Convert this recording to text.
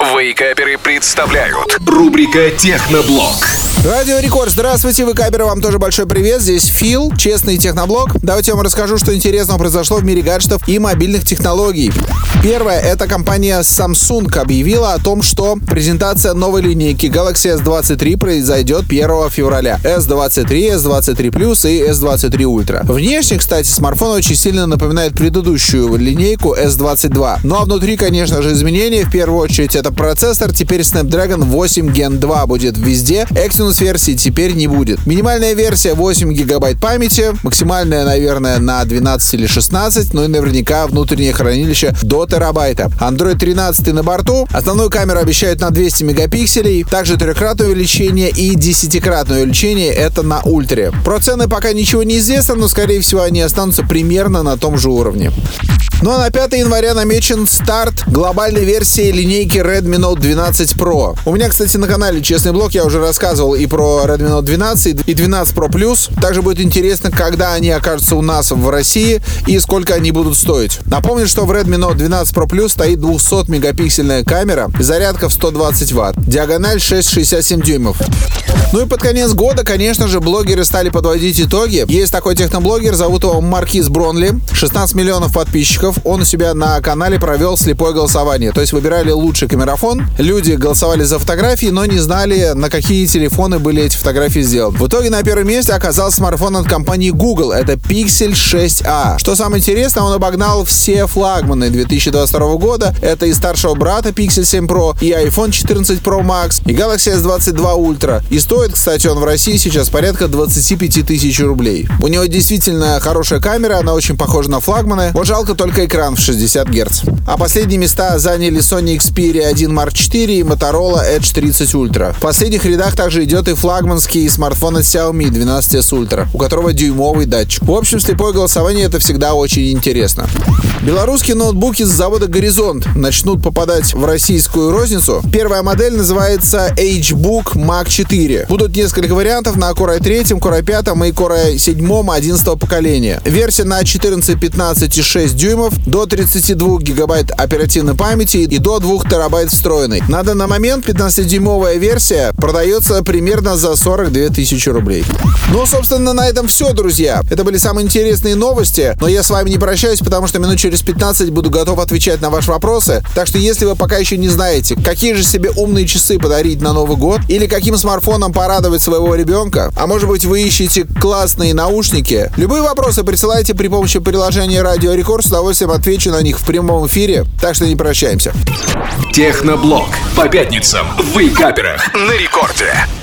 Вейкаперы представляют. Рубрика «Техноблог». Радио Рекорд. Здравствуйте, вейкаперы, вам тоже большой привет. Здесь Фил, честный техноблог. Давайте я вам расскажу, что интересного произошло в мире гаджетов и мобильных технологий. Первое, это компания Samsung объявила о том, что презентация новой линейки Galaxy S23 произойдет 1 февраля. S23, S23 Plus и S23 Ultra. Внешне, кстати, смартфон очень сильно напоминает предыдущую линейку S22. Ну а внутри, конечно же, изменения. В первую очередь это процессор. Теперь Snapdragon 8 Gen 2 будет везде. Exynos версии теперь не будет. Минимальная версия 8 гигабайт памяти, максимальная, наверное, на 12 или 16, но и наверняка внутреннее хранилище до терабайта. Android 13 на борту. Основную камеру обещают на 200 мегапикселей. Также трехкратное увеличение и 10-кратное увеличение, это на ультре. Про цены пока ничего не известно, но, скорее всего, они останутся примерно на том же уровне. Ну а на 5 января намечен старт глобальной версии линейки Redmi Note 12 Pro. У меня, кстати, на канале Честный блог я уже рассказывал и про Redmi Note 12, и 12 Pro Plus. Также будет интересно, когда они окажутся у нас в России и сколько они будут стоить. Напомню, что в Redmi Note 12 Pro Plus стоит 200-мегапиксельная камера, зарядка в 120 Вт, диагональ 6,67 дюймов. Ну и под конец года, конечно же, блогеры стали подводить итоги. Есть такой техноблогер, зовут его Маркиз Бронли, 16 миллионов подписчиков. Он у себя на канале провел слепое голосование. То есть выбирали лучший камерафон. Люди голосовали за фотографии, но не знали, на какие телефоны были эти фотографии сделаны. В итоге на первом месте оказался смартфон от компании Google. Это Pixel 6a. Что самое интересное, он обогнал все флагманы 2022 года. Это и старшего брата Pixel 7 Pro, и iPhone 14 Pro Max, и Galaxy S22 Ultra. И стоит, кстати, он в России сейчас порядка 25 тысяч рублей. У него действительно хорошая камера, она очень похожа на флагманы. Вот жалко только экран в 60 Гц. А последние места заняли Sony Xperia 1 Mark IV и Motorola Edge 30 Ultra. В последних рядах также идет и флагманский смартфон от Xiaomi 12s Ultra, у которого дюймовый датчик. В общем, слепое голосование — это всегда очень интересно. Белорусские ноутбуки с завода Горизонт начнут попадать в российскую розницу. Первая модель называется HBook Mark 4. Будут несколько вариантов на Core i3, Core i5 и Core i7 11 поколения. Версия на 14, 15 и 6 дюймов, до 32 гигабайт оперативной памяти и до 2 терабайт встроенной. На данный момент 15-дюймовая версия продается примерно за 42 тысячи рублей. Ну, собственно, на этом все, друзья. Это были самые интересные новости, но я с вами не прощаюсь, потому что минут через 15 буду готов отвечать на ваши вопросы. Так что, если вы пока еще не знаете, какие же себе умные часы подарить на Новый год, или каким смартфоном порадовать своего ребенка, а может быть, вы ищете классные наушники, любые вопросы присылайте при помощи приложения Радио Рекорд, с удовольствием отвечу на них в прямом эфире, так что не прощаемся. Техноблог. По пятницам в Вейкаперах на Рекорде.